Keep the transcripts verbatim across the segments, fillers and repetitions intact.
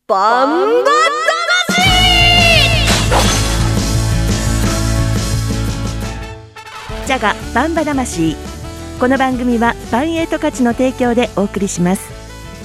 バンバ魂。ジャガバンバ魂。この番組はバンエイト価値の提供でお送りします。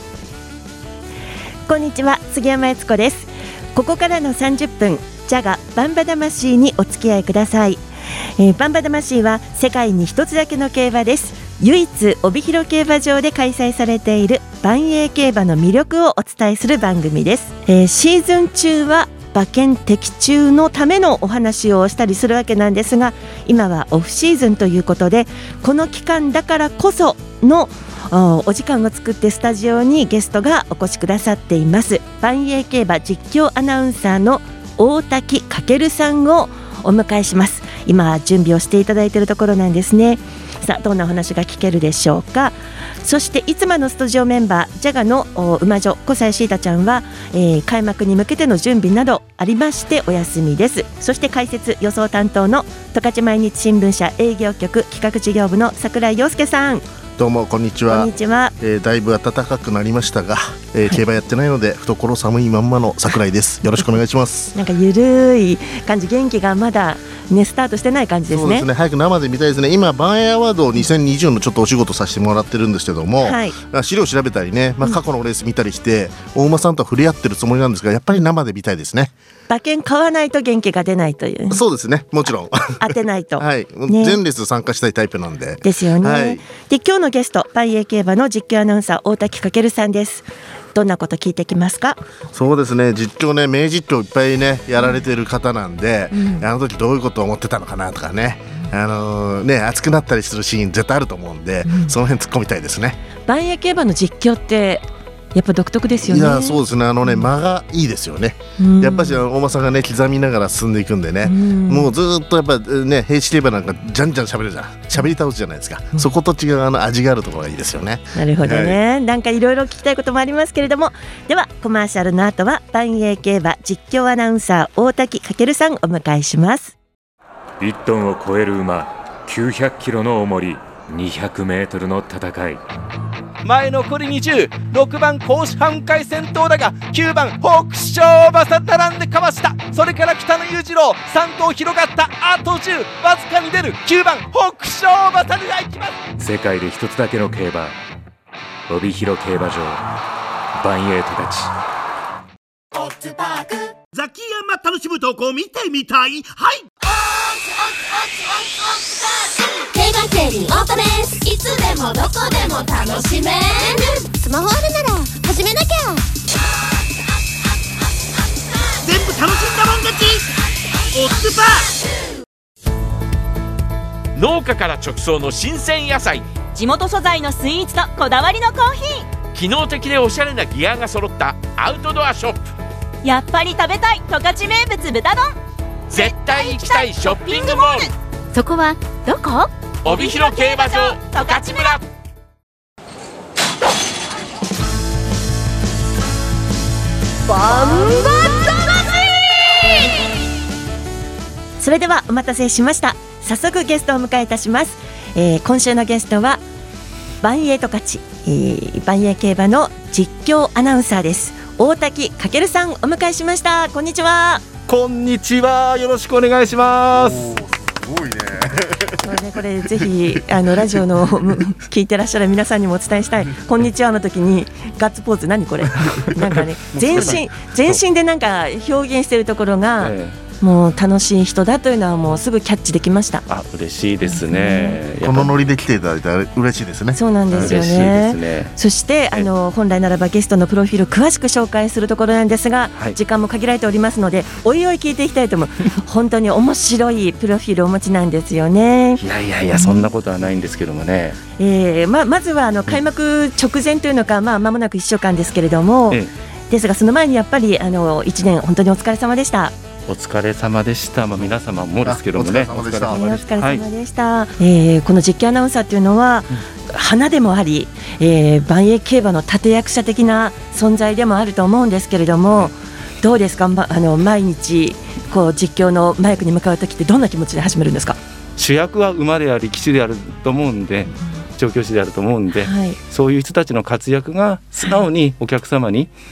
こんにちは、杉山悦子です。ここからのさんじゅっぷん、ジャガバンバ魂にお付き合いください。えー、バンバ魂は世界に一つだけの競馬です。唯一帯広競馬場で開催されている万栄競馬の魅力をお伝えする番組です。えー、シーズン中は馬券的中のためのお話をしたりするわけなんですが、今はオフシーズンということで、この期間だからこそのお時間を作ってスタジオにゲストがお越しくださっています。万栄競馬実況アナウンサーの大滝翔さんをお迎えします。今準備をしていただいているところなんですね。さあ、どんなお話が聞けるでしょうか。そしていつものスタジオメンバージャガの馬女小西シータちゃんは、えー、開幕に向けての準備などありましてお休みです。そして解説予想担当の十勝毎日新聞社営業局企画事業部の櫻井陽介さん。 どうもこんにちは。 こんにちは。 えー、だいぶ暖かくなりましたが、えー、競馬やってないので懐寒いまんまの櫻井です。よろしくお願いします。 なんかゆるい感じ、元気がまだねスタートしてない感じですね。 そうですね、早く生で見たいですね。今バンエイアワードにせんにじゅうのちょっとお仕事させてもらってるんですけども、はい、資料調べたりね、まあ、過去のレース見たりして、うん、大馬さんとは触れ合ってるつもりなんですが、やっぱり生で見たいですね。 馬券買わないと元気が出ないという。 そうですね、もちろん当てないと、 はい、ね、全レース参加したいタイプなんでですよね、 はい、 で今日のゲスト万栄競馬の実況アナウンサー大滝翔さんです。どんなこと聞いてきますか。 そうですね、実況ね、名実況いっぱいねやられてる方なんで、うん、あの時どういうことを思ってたのかなとかね、あのー、ね熱くなったりするシーン絶対あると思うんで、うん、その辺突っ込みたいですね。 万栄競馬の実況ってやっぱ独特ですよね。 いやそうですね、あのね、間がいいですよね、うん、やっぱり大間さんがね刻みながら進んでいくんでね、うん、もうずっとやっぱね平地競馬なんかじゃんじゃん喋るじゃん、喋り倒すじゃないですか、うん、そこと違うあの味があるところがいいですよね。 なるほどね、はい、なんかいろいろ聞きたいこともありますけれども、ではコマーシャルの後は万栄競馬実況アナウンサー大滝翔さんお迎えします。 いちトンを超える馬、きゅうひゃくキロの重り、にひゃくメートルの戦い。 前残りにじゅう、ろくばん甲子半回先頭だがきゅうばん北勝馬さん並んでかわした。それから北野裕次郎さん頭広がった。あとじゅう、わずかに出るきゅうばん北勝馬さんが行きます。 世界で一つだけの競馬、帯広競馬場万栄十勝。 ザキヤマ楽しむ投稿見てみたい。はい、 競馬競輪オートレース、いつでもどこでも楽しめる。スマホあるなら始めなきゃ。 全部楽しんだもん勝ち。オッズパー。農家から直送の新鮮野菜、 地元素材のスイーツとこだわりのコーヒー、 機能的でおしゃれなギアが揃ったアウトドアショップ。 やっぱり食べたい十勝名物豚丼。 絶対行きたいショッピングモール。 そこはどこ？ 帯広競馬場十勝村。 バンバ魂。それではお待たせしました。早速ゲストをお迎えいたします。えー、今週のゲストは万栄十勝、えー、万栄競馬の実況アナウンサーです。大滝翔さんお迎えしました。こんにちは。 こんにちは、よろしくお願いします。 すごいねこれね、これぜひあのラジオの聞いてらっしゃる皆さんにもお伝えしたい。こんにちはの時にガッツポーズ、何これなんかね、全身全身でなんか表現しているところが、ええ、もう楽しい人だというのはもうすぐキャッチできました。 あ、嬉しいですね。 このノリで来ていただいたら嬉しいですね。 そうなんですよ ね, ですね。そしてあの本来ならばゲストのプロフィール詳しく紹介するところなんですが、はい、時間も限られておりますのでおいおい聞いていきたいと思う本当に面白いプロフィールをお持ちなんですよね。 いやいやいや、そんなことはないんですけどもね、 えーま, まずはあの開幕直前というのか、まあ、間もなくいっしゅうかんですけれども、ええ、ですがその前にやっぱりあのいちねん本当にお疲れ様でした。 お疲れ様でした。まあ、皆様もですけどもね、 お疲れ様でした。お疲れ様でした、はい。えー、この実況アナウンサーというのは、うん、花でもあり、えー、万栄競馬の立役者的な存在でもあると思うんですけれども、うん、どうですか、ま、あの毎日こう実況のマイクに向かうときってどんな気持ちで始めるんですか。 主役は馬であり騎手であると思うんで、調教師であると思うんで、はい、そういう人たちの活躍が素直にお客様に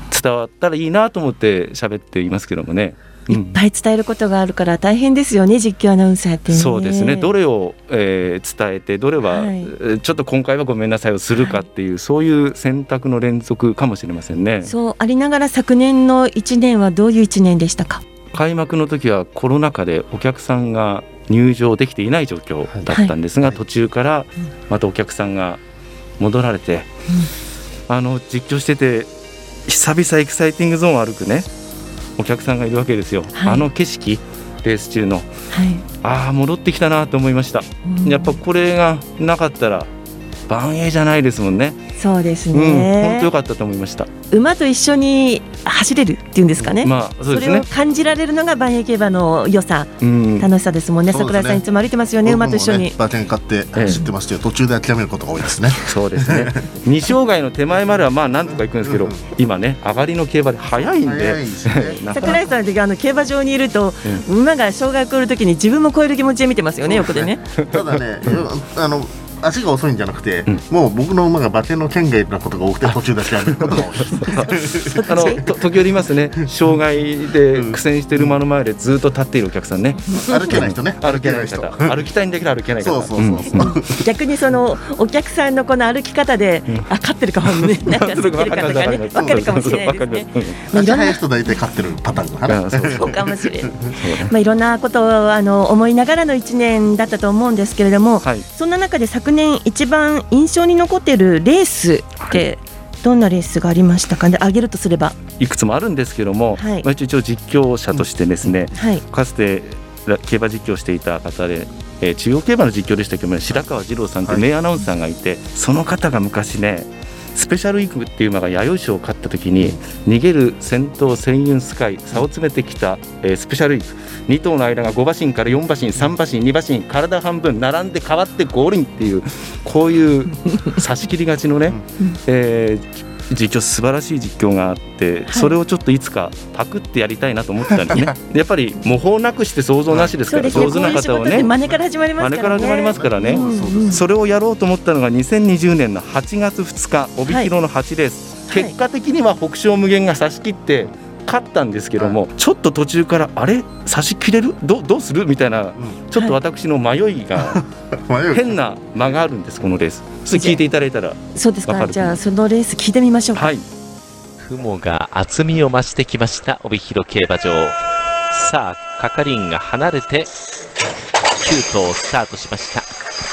伝わったらいいなと思って喋っていますけどもね。 いっぱい伝えることがあるから大変ですよね、実況アナウンサーってね。 そうですね、どれを、えー、伝えてどれは、はい、ちょっと今回はごめんなさいをするかっていう、はい、そういう選択の連続かもしれませんね。 そうありながら昨年のいちねんはどういういちねんでしたか？ 開幕の時はコロナ禍でお客さんが入場できていない状況だったんですが、はい、途中からまたお客さんが戻られて、うん、あの実況してて久々エキサイティングゾーンを歩くねお客さんがいるわけですよ、はい、あの景色レース中の、はい、ああ戻ってきたなと思いました。やっぱこれがなかったら万栄じゃないですもんね。 そうですね、 うん、本当良かったと思いました。 馬と一緒に走れるっていうんですかね、 まあそうですね、 それを感じられるのが万栄競馬の良さ、うん、楽しさですもんね。桜井さんいつも歩いてますよね、馬と一緒に。 馬券買って走ってますけど、途中で諦めることが多いですね。 そうですね二生涯の手前まではまあなんとか行くんですけど、うん、今ね上がりの競馬で速いんで、ね、 桜井さんってあの競馬場にいると、うん、馬が障害を越えるときに自分も越える気持ちで見てますよね、横でね。 ただねあの足が遅いんじゃなくて、うん、もう僕の馬が馬券の圏外なことが多くて途中で諦めることが多いですあのと時折いますね、障害で苦戦している馬の前でずっと立っているお客さんね、 歩けない人ね、 歩けない人歩きたいんだけど歩けない方、 そうそうそうそう、うん、 逆にそのお客さんのこの歩き方で、うん、あ勝ってるかもね、なんか知ってるかとかね分かるかもしれないですね。 足速い人大体勝ってるパターンかな。 そうかもしれないまあいろんなことをあの思いながらのいちねんだったと思うんですけれども、はい、そんな中で昨年一番印象に残っているレースってどんなレースがありましたかね。挙げるとすればいくつもあるんですけども、はい、まあ、一応実況者としてですね、うん、はい、かつて競馬実況していた方で、えー、中央競馬の実況でしたけども、白川二郎さんという名アナウンサーがいて、はい、その方が昔ねスペシャルウィークっていう馬が弥生賞を勝った時に逃げる先頭千雲スカイ差を詰めてきた、えー、スペシャルウィークに頭の間がご馬身からよん馬身さん馬身に馬身体半分並んで変わってゴールインっていうこういう差し切り勝ちのね、えー実況素晴らしい実況があって、はい、それをちょっといつかパクってやりたいなと思ってたんですねやっぱり模倣なくして想像なしですから、上手な方をね真似から始まりますからね、 真似から始まりますからね、うんうん、それをやろうと思ったのがにせんにじゅうねんのはちがつふつか帯広のはちレース、はい、結果的には北勝無限が差し切って勝ったんですけども、はい、ちょっと途中からあれ差し切れる ど, どうするみたいな、うん、ちょっと私の迷いが、はい、変な間があるんです。このレースそれ聞いていただいたら。 そうですか、じゃあそのレース聞いてみましょうか。 はい、 雲が厚みを増してきました帯広競馬場。さあ係員が離れてきゅう頭スタートしました。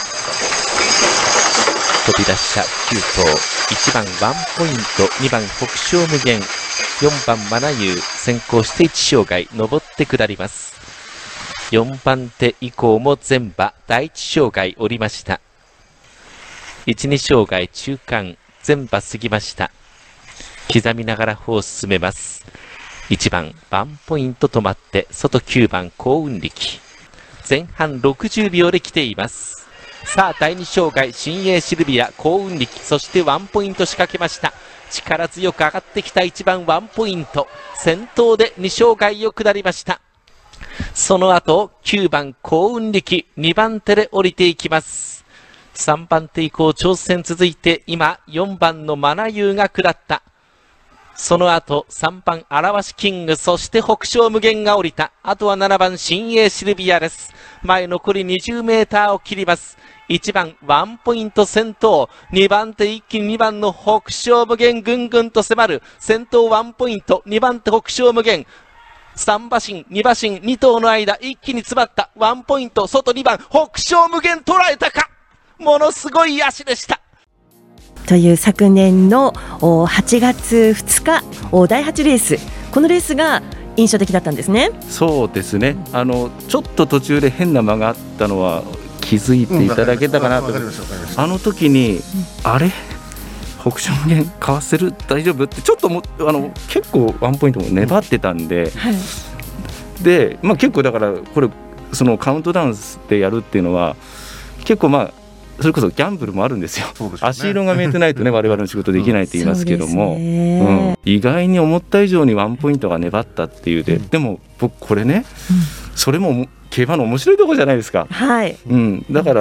飛び出したきゅう頭、いちばんワンポイント、にばん北勝無限、よんばんマナユー、先行していち障害上って下ります。よんばん手以降も全馬だいいち障害降りました。いち、に障害中間全馬過ぎました。刻みながら歩を進めます。いちばんワンポイント止まって外きゅうばん幸運力、前半ろくじゅうびょうで来ています。さあだいに障害新鋭シルビア幸運力、そしてワンポイント仕掛けました。力強く上がってきたいちばんワンポイント、先頭でに障害を下りました。その後きゅうばん幸運力、にばん手で降りていきます。さんばん手以降挑戦続いて、今よんばんのマナユーが下った。その後さんばんアラワシキング、そして北勝無限が降りた。あとはななばん新鋭シルビアです。前残りにじゅうメーターを切ります。いちばんワンポイント先頭、にばん手一気ににばんの北勝無限ぐんぐんと迫る。先頭ワンポイント、にばん手北勝無限、さん馬身に馬身に頭の間一気に詰まったワンポイント、外にばん北勝無限捉えたか。ものすごい足でしたという昨年のはちがつふつかだいはちレース、このレースが印象的だったんですね。 そうですね、あのちょっと途中で変な間があったのは気づいていただけたかなと、うん、あの時に、うん、あれ北勝無限かわせる大丈夫ってちょっともあの結構ワンポイントも粘ってたんで、うん、はい、で、まあ、結構だからこれそのカウントダウンでやるっていうのは結構まあそれこそギャンブルもあるんですよ。そうですね、足色が見えてないとね我々の仕事できないって言いますけども、うんうん、意外に思った以上にワンポイントが粘ったっていうで、うん、でも僕これね、うん、それも競馬の面白いところじゃないですか、 はい、 うん、だから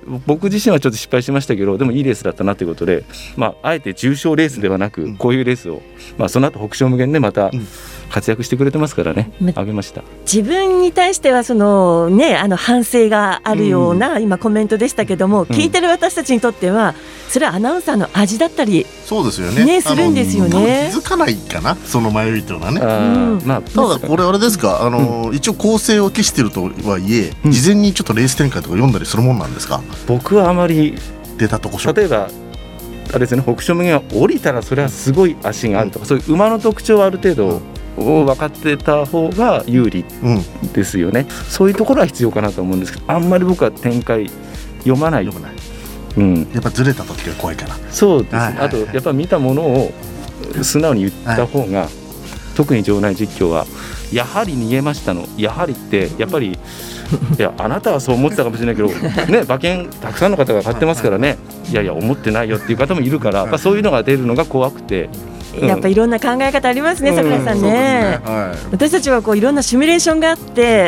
僕自身はちょっと失敗しましたけど、でもいいレースだったなということで、まあ、あえて重賞レースではなくこういうレースを、まあ、その後北勝無限でまた活躍してくれてますからね、あげました。 自分に対してはその、ね、あの反省があるような、うん、今コメントでしたけども、うん、聞いてる私たちにとってはそれはアナウンサーの味だったりそうですよね、 ね、するんですよね。 気づかないかな、その迷いというのはね。 あ、うんまあ、 ただこれあれですか、あの、うん、一応構成を期しているとはいえ、うん、事前にちょっとレース展開とか読んだりするもんなんですか？ 僕はあまり出たとこ勝負、 例えばあれですね、北勝無限は降りたらそれはすごい足があるとか、うん、そういう馬の特徴はある程度、うん、分かってた方が有利ですよね、うん、そういうところは必要かなと思うんですけど、あんまり僕は展開読まない。 読まない、うん、やっぱずれた時が怖いかな。 そうですね、はいはいはい、あとやっぱ見たものを素直に言った方が、はい、特に場内実況はやはり逃げましたのやはりってやっぱりいやあなたはそう思ってたかもしれないけど、ね、馬券たくさんの方が買ってますからね、いやいや思ってないよっていう方もいるから、やっぱそういうのが出るのが怖くて、 うん、やっぱいろんな考え方ありますね、櫻井さんね、うん、ね、はい、私たちはこういろんなシミュレーションがあって、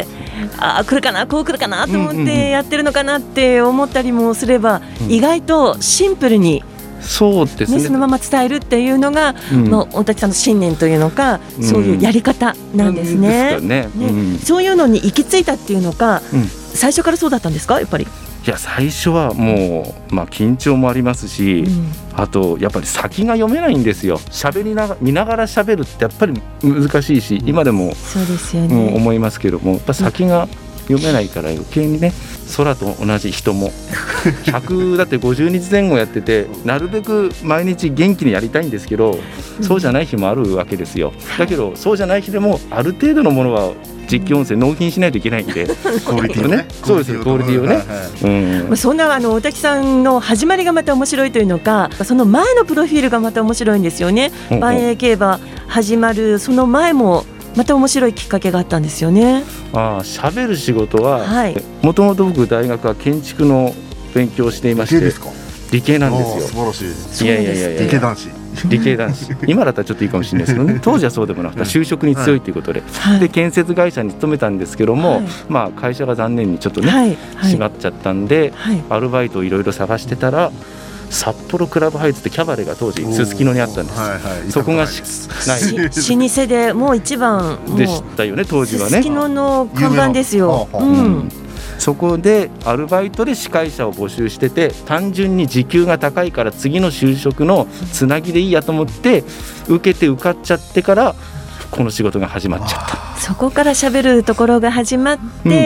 ああ来るかなこう来るかなと思ってやってるのかなって思ったりもすれば、うん、意外とシンプルにそうですね、 そのまま伝えるっていうのが、うん、まあ、大滝さんの信念というのか、うん、そういうやり方なんですね。 うんねね、うん、 そういうのに行き着いたっていうのか、うん、最初からそうだったんですか、やっぱり。 いや最初はもう、まあ、緊張もありますし、うん、あとやっぱり先が読めないんですよ。喋りなが見ながら喋るってやっぱり難しいし、うん、今でもそうですよね、 うん、思いますけども、やっぱ先が読めないから余計にね、空と同じ人もひゃくだってごじゅうにちぜん後やってて、なるべく毎日元気にやりたいんですけど、そうじゃない日もあるわけですよ。だけどそうじゃない日でもある程度のものは実況音声納品しないといけないんで、 クオリティをね、 そうですよ、クオリティをね、 うん、そんなあの大滝さんの始まりがまた面白いというのか、その前のプロフィールがまた面白いんですよね。万栄競馬始まるその前もまた面白いきっかけがあったんですよね。 ああ、喋る仕事はもともと僕大学は建築の勉強をしていまして、理系なんですよ。 素晴らしい。 いやいやいやいや、 理系男子理系男子今だったらちょっといいかもしれないですけどね、当時はそうでもなくて就職に強いということで、はい、で建設会社に勤めたんですけども、はい、まあ、会社が残念にちょっとね、はい、閉まっちゃったんで、はい、アルバイトをいろいろ探してたら、札幌クラブハイツってキャバレーが当時すすきのにあったんです、はいはい、そこがしない老舗でもう一番でしたよね、当時はね。 すすきのの看板ですよ、うん、 そこでアルバイトで司会者を募集してて、単純に時給が高いから次の就職のつなぎでいいやと思って受けて受かっちゃってからこの仕事が始まっちゃった。 そこから喋るところが始まって、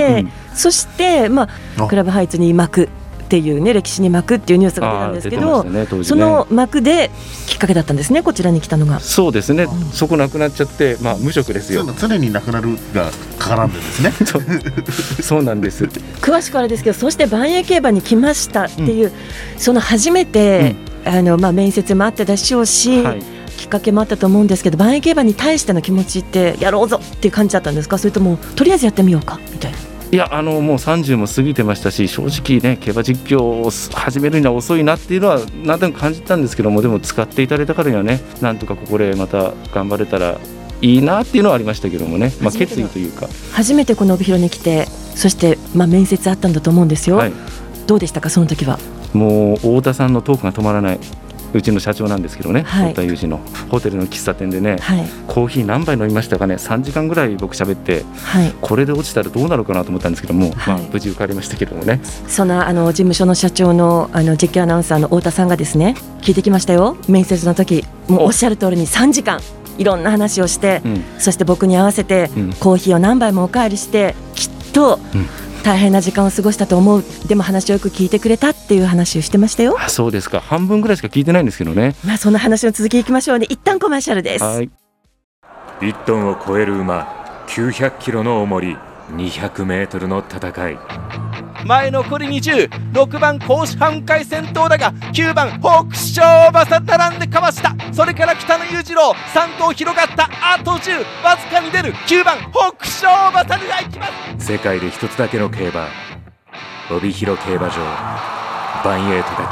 うんうん、そして、まあ、クラブハイツに巻くっていうね、歴史に巻くっていうニュースが出たんですけど、ねね、その幕できっかけだったんですね、こちらに来たのが。 そうですね、うん、そこなくなっちゃって、まあ、無職ですよ。 常になくなるが絡んでですねそうそうなんです。 詳しくあれですけど、そして万栄競馬に来ましたっていう、うん、その初めて、うん、あのまあ、面接もあったでしょうし、はい、きっかけもあったと思うんですけど、万栄競馬に対しての気持ちってやろうぞっていう感じだったんですか、それともとりあえずやってみようかみたいな。 いや、あのもうさんじゅうも過ぎてましたし、正直ね、競馬実況を始めるには遅いなっていうのは何となく感じたんですけども、でも使っていただいたからにはね、なんとかここでまた頑張れたらいいなっていうのはありましたけどもね、まあ、決意というか。 初めてこの帯広に来て、そしてまあ面接あったんだと思うんですよ、はい、どうでしたか、その時は。 もう太田さんのトークが止まらない。うちの社長なんですけどね、太田裕二のホテルの喫茶店でね、はい、コーヒー何杯飲みましたかね、さんじかんぐらい僕喋って、はい、これで落ちたらどうなるかなと思ったんですけども、はい、まあ、無事受かりましたけどもね。 そんなあの事務所の社長の、あの実況アナウンサーの太田さんがですね、聞いてきましたよ、面接の時。もうおっしゃる通りにさんじかんいろんな話をして、うん、そして僕に合わせて、うん、コーヒーを何杯もおかわりして、きっと、うん、大変な時間を過ごしたと思う。でも話をよく聞いてくれたっていう話をしてましたよ。 あ、そうですか。半分ぐらいしか聞いてないんですけどね。 まあ、そんな話の続きいきましょうね。一旦コマーシャルです。 はい。いちトンを超える馬、きゅうひゃくキロの重り、にひゃくメートルの戦い。 前残りにじゅう、ろくばん甲子半回先頭だが、きゅうばん北勝馬さ並んでかわした。それから北野裕次郎、さん頭広がった。あとじゅう、わずかに出るきゅうばん北勝馬さに行きます。 世界で一つだけの競馬、帯広競馬場、バンエイトたち。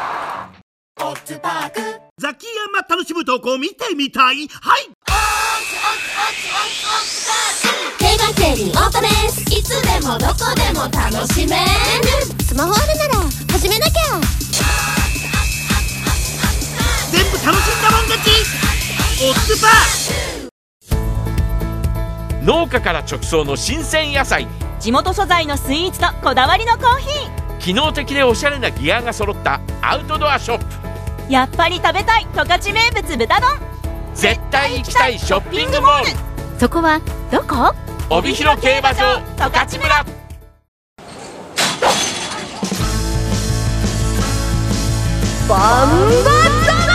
ザキヤマ楽しむ投稿見てみたい。はい、 競馬競輪オートです。いつでもどこでも楽しめる。スマホあるなら始めなきゃ。 全部楽しんだもん勝ち。オッズパー。農家から直送の新鮮野菜、 地元素材のスイーツとこだわりのコーヒー、 機能的でおしゃれなギアが揃ったアウトドアショップ。 やっぱり食べたい十勝名物豚丼。 絶対行きたいショッピングモール。 そこはどこ？ 帯広競馬場十勝村。 バンバ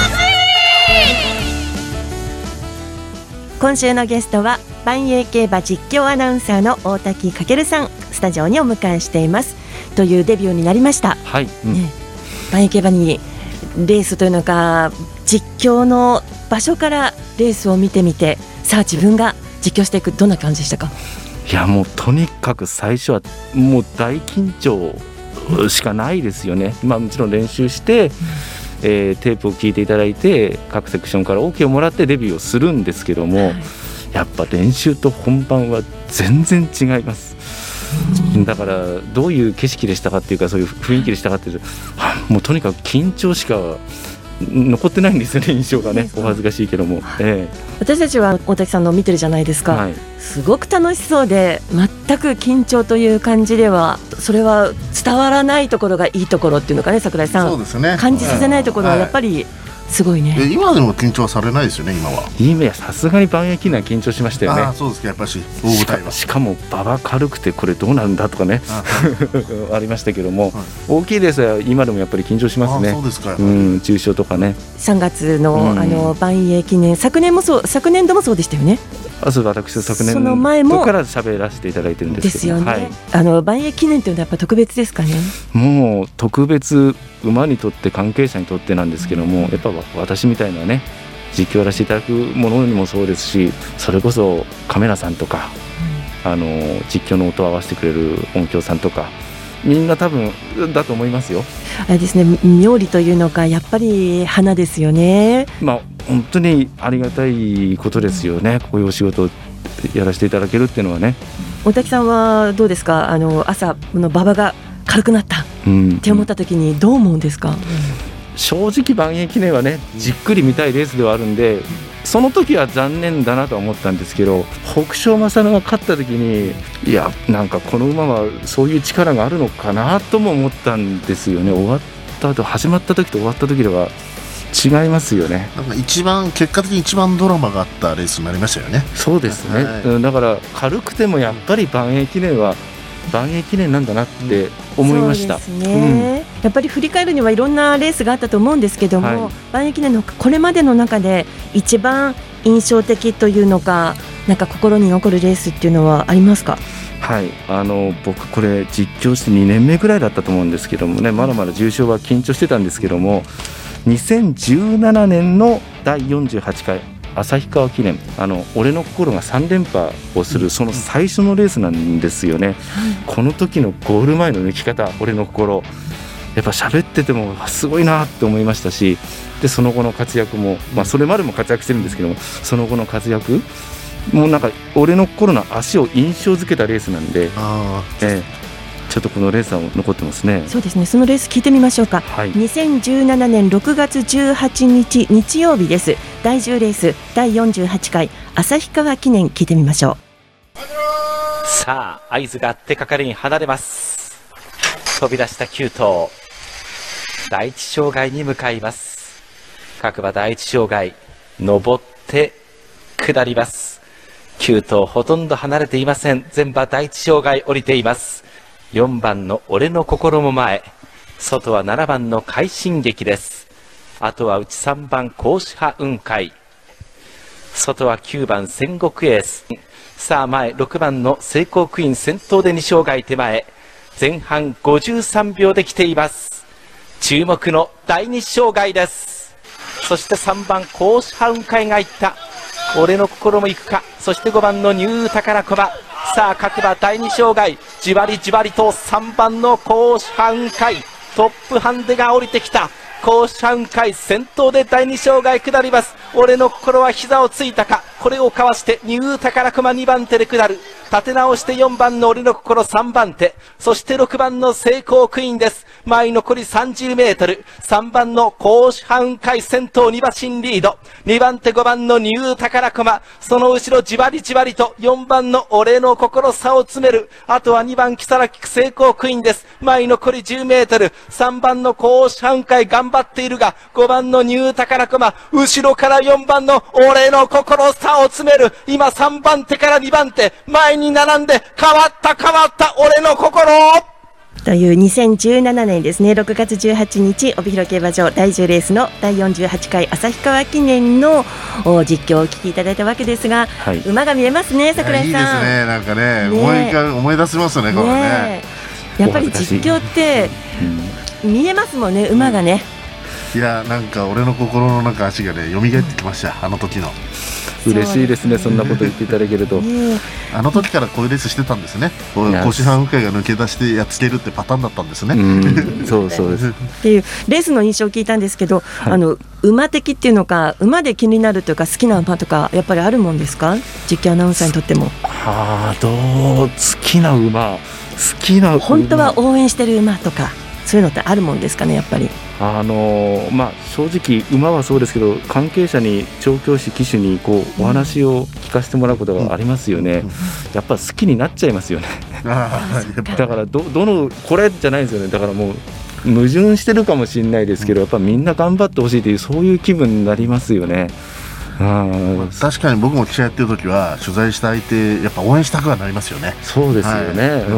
今週のゲストは万栄競馬実況アナウンサーの大滝翔さん、スタジオにお迎えしていますというデビューになりました。 はい、うんね、万栄競馬にレースというのか実況の場所からレースを見てみて、さあ自分が実況していく、どんな感じでしたか？ いやもうとにかく最初はもう大緊張しかないですよね。まあ、もちろん練習して、うんえー、テープを聞いていただいて各セクションから オーケー をもらってデビューをするんですけども、はい、やっぱ練習と本番は全然違います。だからどういう景色でしたかっていうか、そういう雰囲気でしたかっていうと、もうとにかく緊張しか残ってないんですよね、印象がね。お恥ずかしいけども、えー、 私たちは大滝さんの見てるじゃないですか、はい、すごく楽しそうで全く緊張という感じでは、それは伝わらないところがいいところっていうのかね、櫻井さん。 そうですね、 感じさせないところはやっぱりすごいね。 はい、今でも緊張はされないですよね、今は。 今やさすがに万栄記念は緊張しましたよね。 あそうですか、やっぱし大舞台はし, しかも馬場軽くてこれどうなんだとかね あ, ありましたけども、はい、大きいレースは今でもやっぱり緊張しますね。 あそうですか、 うん、重賞とかね。 さんがつ の,、うん、あの万栄記念、昨年もそう、昨年度もそうでしたよね。 あそう私昨年その前もから喋らせていただいてるんですけど、 ですよね、 はい、 あの万栄記念というのはやっぱ特別ですかね。 もう特別、馬にとって関係者にとってなんですけども、やっぱ私みたいなね実況をやらせていただくものにもそうですし、それこそカメラさんとか、うん、あの実況の音を合わせてくれる音響さんとか、みんな多分だと思いますよ。 あれですね、妙理というのかやっぱり花ですよね。 まあ本当にありがたいことですよね、こういうお仕事をやらせていただけるっていうのはね。 大滝さんはどうですか？あの朝の馬場が軽くなったって思った時にどう思うんですか？うん、 正直万栄記念はねじっくり見たいレースではあるんで、その時は残念だなとは思ったんですけど、北勝正が勝った時に、いやなんかこの馬はそういう力があるのかなとも思ったんですよね。終わった後、始まった時と終わった時では違いますよね。 なんか一番結果的に一番ドラマがあったレースになりましたよね。 そうですね、はい、だから軽くてもやっぱり万栄記念は万栄記念なんだなって思いました。 そうですね、うん、やっぱり振り返るにはいろんなレースがあったと思うんですけども、はい、万栄記念のこれまでの中で一番印象的というのか、なんか心に残るレースっていうのはありますか？ はい、あの僕これ実況してにねんめぐらいだったと思うんですけどもね、まだまだ重賞は緊張してたんですけども、にせんじゅうななねんのだいよんじゅうはちかい旭川記念、あの俺の心がさん連覇をするその最初のレースなんですよね、うん、この時のゴール前の抜き方、俺の心やっぱ喋っててもすごいなって思いましたし、でその後の活躍も、まあ、それまでも活躍してるんですけども、その後の活躍もうなんか俺の心の足を印象づけたレースなんで、あ、えーちょっとこのレースは残ってますね。 そうですね、そのレース聞いてみましょうか、はい、にせんじゅうななねんろくがつじゅうはちにち日曜日です。だいじゅうレースだいよんじゅうはちかい旭川記念、聞いてみましょう。さあ合図があって係に離れます。飛び出したきゅう頭、だいいち障害に向かいます。各馬だいいち障害上って下ります。きゅう頭ほとんど離れていません。全馬だいいち障害降りています。よんばんの俺の心も前、外はななばんの快進撃です。あとは内さんばん甲子派雲海、外はきゅうばん戦国エース。さあ前ろくばんの成功クイーン、先頭でに障害手前、前半ごじゅうさんびょうで来ています。注目のだいに障害です。そしてさんばん甲子派雲海がいった。俺の心も行くか。そしてごばんのニュー宝駒。さあ各馬だいに障害、じわりじわりとさんばんの甲子派雲海、トップハンデが降りてきた。甲子派雲海先頭でだいに障害下ります。俺の心は膝をついたか。ここれをかわしてニュー宝熊にばん手で下る。立て直してよんばんの俺の心さんばん手、そしてろくばんの成功クイーンです。前残りさんじゅうメートル、さんばんの甲子半回先頭に馬身リード、にばん手ごばんのニュー宝熊、その後ろじわりじわりとよんばんの俺の心差を詰める。あとはにばん木更木成功クイーンです。前残りじゅうメートル、さんばんの甲子半回頑張っているが、ごばんのニュー宝熊、後ろからよんばんの俺の心差を詰める。今さんばん手からにばん手、前に並んで変わった変わった俺の心というにせんじゅうななねんですね、ろくがつじゅうはちにち帯広競馬場だいじゅうレースのだいよんじゅうはちかい旭川記念の実況をお聞きいただいたわけですが、はい、馬が見えますね、桜井さん。 いいですね、なんか ね, ね思いか思い出しますね、これ ね, ねやっぱり実況って見えますもんね、馬がね。 いや、なんか俺の心の中足がね蘇ってきました、あの時の。 嬉しいですね、そんなこと言っていただけると。 あの時からこういうレースしてたんですね。腰半深いが抜け出してやっつけるってパターンだったんですね。 うんそうそうですっていうレースの印象を聞いたんですけど、はい、あの馬的っていうのか、馬で気になるというか好きな馬とかやっぱりあるもんですか、実況アナウンサーにとっても。 はあ、どう好きな馬好きな馬本当は応援してる馬とかそういうのってあるもんですかね、やっぱり。 あのーまあ、正直馬はそうですけど、関係者に調教師騎手にこうお話を聞かせてもらうことがありますよね、うん、やっぱ好きになっちゃいますよねだから ど, どのこれじゃないですよね。だからもう矛盾してるかもしれないですけど、やっぱみんな頑張ってほしいという、そういう気分になりますよね。 あ確かに僕も記者やってる時は取材した相手やっぱ応援したくはなりますよね。 そうですよね、はい、うん、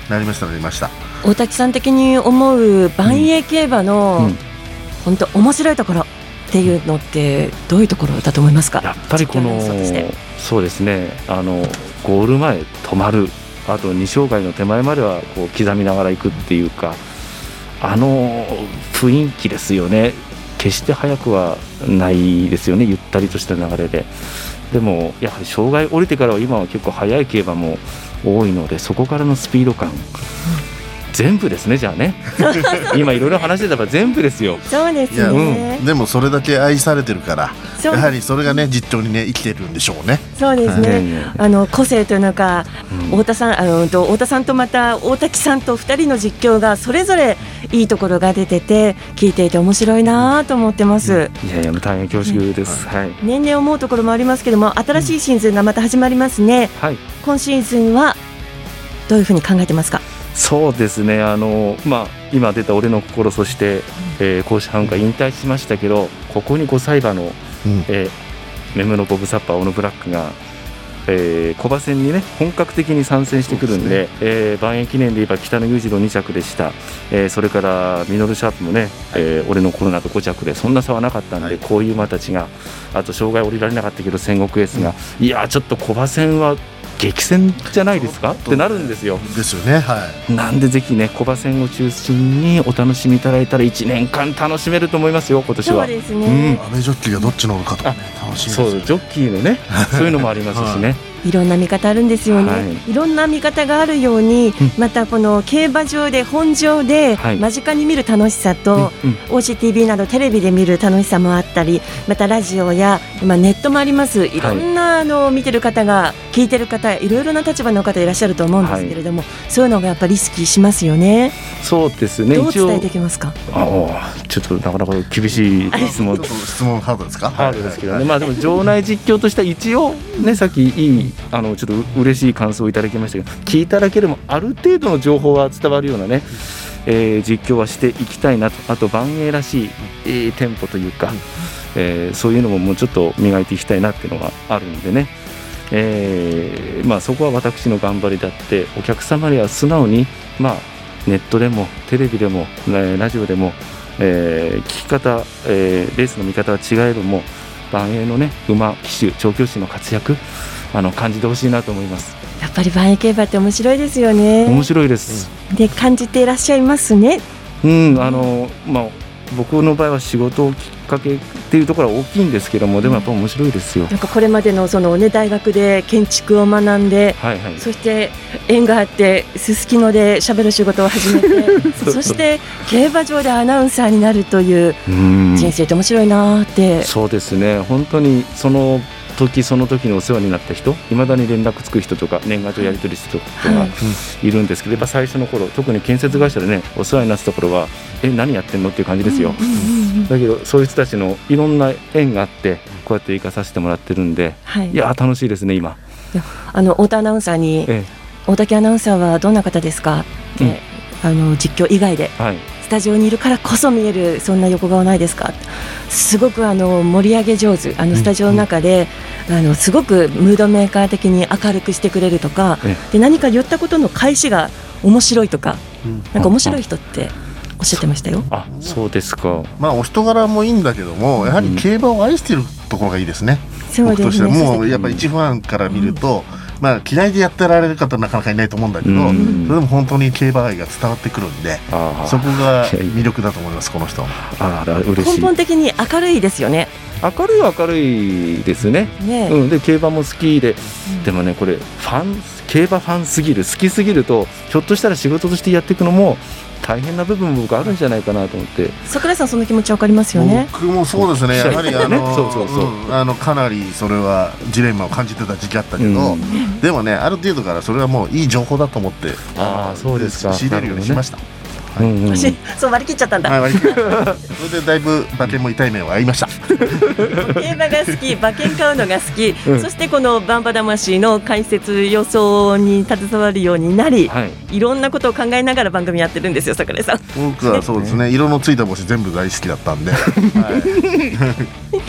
なりましたなりました。 大滝さん的に思う万栄競馬の、うんうん、本当面白いところっていうのってどういうところだと思いますか。 やっぱりこのそうですね、あのゴール前止まる、あと二障害の手前まではこう刻みながら行くっていうか、あの雰囲気ですよね。決して速くはないですよね、ゆったりとした流れで。でもやはり障害降りてからは今は結構速い競馬も多いので、そこからのスピード感、うん、全部ですね。じゃあね今いろいろ話してたら全部ですよ。 そうですよね、 うん、でもそれだけ愛されてるからやはりそれがね実況にね生きてるんでしょうね。 そうですね、はい、あの個性というのか、うん、太田さんあの太田さんとまた大滝さんとふたりの実況がそれぞれいいところが出てて聞いていて面白いなと思ってます、 うん、いやいや大変恐縮です、はいはい、 年々思うところもありますけども、新しいシーズンがまた始まりますね、 うんはい、 今シーズンはどういうふうに考えてますか。 そうですね、あの、まあ、今出た俺の心、そして、えー、甲子半が引退しましたけど、ここにごさい馬の、うんえー、メムのボブサッパーオノブラックが、えー、小馬戦にね本格的に参戦してくるん で, で、ねえー、万栄記念で言えば北野裕次郎にちゃくでした、えー、それからミノルシャープもね、えー、俺のコロナとごちゃくでそんな差はなかったんで、はい、こういう馬たちが、あと障害降りられなかったけど戦国エースが、うん、いやちょっと小馬戦は激戦じゃないですかってなるんですよ。 ですよね、はい、 なんでぜひね小馬戦を中心にお楽しみいただいたらいちねんかん楽しめると思いますよ、今年は。 そうですね、 うん、阿部ジョッキーがどっち乗るかとか、ね、楽しみですよね。 そうジョッキーのねそういうのもありますしねいろんな見方あるんですよね、はい、いろんな見方があるように、うん、またこの競馬場で本場で間近に見る楽しさと、はいうんうん、オーシーティービー などテレビで見る楽しさもあったり、またラジオや今ネットもあります。いろんな、はい、あの見てる方が聞いてる方いろいろな立場の方いらっしゃると思うんですけれども、はい、そういうのがやっぱり意識しますよね。 そうですね、 どう伝えていきますか。 あちょっとなかなか厳しい質問質問ハードですか。 ハードですけどね、はいはい、まあ、でも場内実況としては一応ねさっきいいあのちょっと嬉しい感想をいただきましたけど、聞いただけでもある程度の情報は伝わるようなね、えー、実況はしていきたいなと。あと万栄らしい、えー、テンポというか、えー、そういうのももうちょっと磨いていきたいなっていうのがあるんでね、えーまあ、そこは私の頑張りであって、お客様には素直に、まあ、ネットでもテレビでもラジオでも、えー、聞き方、えー、レースの見方は違えども万栄のね馬騎手調教師の活躍あの感じてほしいなと思います。 やっぱり万栄競馬って面白いですよね。 面白いです、 うん、で感じていらっしゃいますね。 うんあの、まあ、僕の場合は仕事をきっかけっていうところは大きいんですけども、でもやっぱ面白いですよ。 なんかこれまでのその、ね、大学で建築を学んで、はいはい、そして縁があってすすきので喋る仕事を始めてそして競馬場でアナウンサーになるという人生って面白いなって。 そうですね、本当にその時その時にお世話になった人、いまだに連絡つく人とか年賀状やり取りする人がいるんですけど、やっぱ最初の頃特に建設会社でねお世話になってた頃はえ何やってんのっていう感じですよ、うんうんうん、だけどそういう人たちのいろんな縁があってこうやって生かさせてもらってるんで、はい、いや楽しいですね今。 いやあの太田アナウンサーに、ええ、大竹アナウンサーはどんな方ですかって、うん、あの実況以外で、はい、スタジオにいるからこそ見えるそんな横顔ないですか。すごくあの盛り上げ上手、あのスタジオの中で、うんうん、あのすごくムードメーカー的に明るくしてくれるとか、ええ、で何か言ったことの返しが面白いとか、うん、なんか面白い人っておっしゃってましたよ。 あ、そうですか。 まあお人柄もいいんだけども、やはり競馬を愛しているところがいいですね、うん、僕としては。もうやっぱり一ファンから見ると、うん、まあ嫌いでやってられる方なかなかいないと思うんだけど、うん、それでも本当に競馬愛が伝わってくるんで、そこが魅力だと思います。この人。 あら嬉しい。 根本的に明るいですよね。 明るいは明るいですね。ね、うん、で競馬も好きで、うん、でもねこれファン競馬ファンすぎる好きすぎるとひょっとしたら仕事としてやっていくのも大変な部分も僕あるんじゃないかなと思って。 桜井さんその気持ちわかりますよね。 僕もそうですね。やはりあのそうそうそう、うん、あのかなりそれはジレンマを感じてた時期あったけど、うん、でもねある程度からそれはもういい情報だと思って、 ああそうですか、 仕入れるようにしました。 はい、うんうん、そう割り切っちゃったんだ、 はい、割り切ったそれでだいぶ馬券も痛い面は合いました競馬が好き、馬券買うのが好き、うん、そしてこのバンバ魂の解説予想に携わるようになり、はい、いろんなことを考えながら番組やってるんですよ桜井さん。 僕はそうですね、色のついた帽子全部大好きだったんで、はい、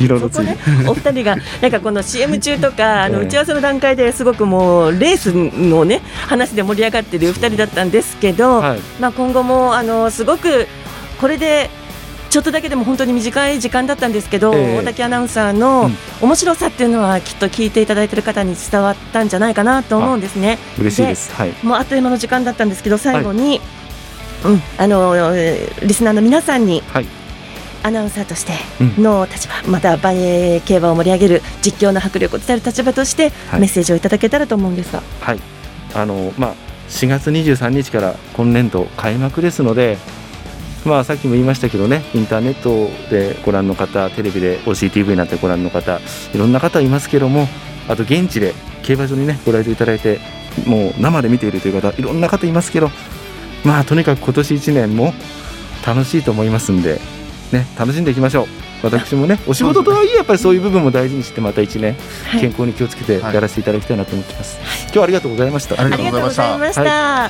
色のついた、 ね、お二人がなんかこの シーエム 中とかあの打ち合わせの段階ですごくもうレースのね話で盛り上がっている二人だったんですけど、はい、まあ、今後もあのすごくこれでちょっとだけでも本当に短い時間だったんですけど、えー、大竹アナウンサーの面白さっていうのはきっと聞いていただいている方に伝わったんじゃないかなと思うんですね。 嬉しいです、はい、 もうあっという間の時間だったんですけど最後に、はい、うん、あのリスナーの皆さんに、はい、アナウンサーとしての立場、うん、また馬英競馬を盛り上げる実況の迫力を伝える立場としてメッセージをいただけたらと思うんですが、 はい、あのまあしがつにじゅうさんにちから今年度開幕ですので、まあ、さっきも言いましたけどね、インターネットでご覧の方、テレビで オーシーティーブイ になってご覧の方、いろんな方いますけども、あと現地で競馬場にねご来場いただいてもう生で見ているという方いろんな方いますけど、まあとにかく今年いちねんも楽しいと思いますんで、ね、楽しんでいきましょう。私もねお仕事とはいえやっぱりそういう部分も大事にしてまたいちねん、はい、健康に気をつけてやらせていただきたいなと思っています、はい、今日はありがとうございました。 ありがとうございました、 はい、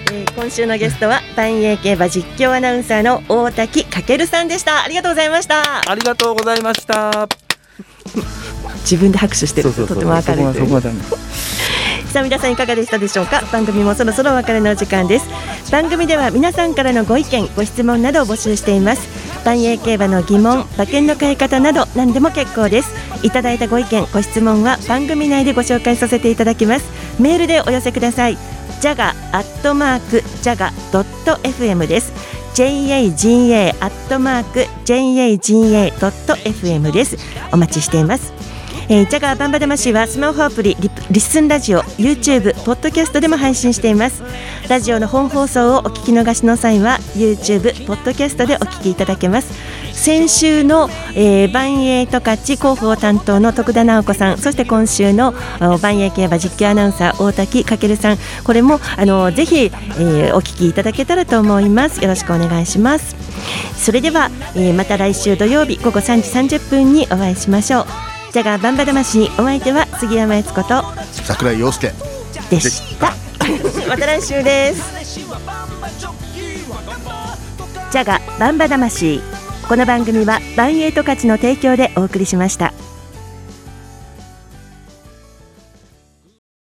えー、今週のゲストはバンエー競馬実況アナウンサーの大滝翔さんでした。ありがとうございました。 ありがとうございました自分で拍手してるととても明るいという。さあ皆さんいかがでしたでしょうか。番組もそろそろお別れの時間です。番組では皆さんからのご意見ご質問などを募集しています。バンエー競馬の疑問、馬券の買い方など何でも結構です。いただいたご意見ご質問は番組内でご紹介させていただきます。メールでお寄せください。ジャガアットマークジャガドットエフエム です。 ジェイエージーエー アットマーク ジェイエージーエー ドットエフエム です。お待ちしています。えー、ジャガーバンバ魂はスマホアプリ リ, リッスンラジオ YouTube ポッドキャストでも配信しています。ラジオの本放送をお聞き逃しの際は YouTube ポッドキャストでお聞きいただけます。先週の、えー、バンエイト勝ち広報担当の徳田直子さん、そして今週のバンエイ競馬実況アナウンサー大滝翔さん、これもあのぜひ、えー、お聞きいただけたらと思います。よろしくお願いします。それでは、えー、また来週土曜日ごごさんじさんじゅっぷんにお会いしましょう。ジャガーバンバ魂、お相手は杉山悦子と櫻井陽介でしたまた来週です。ジャガーバンバ魂、この番組はバンエイト勝ちの提供でお送りしました。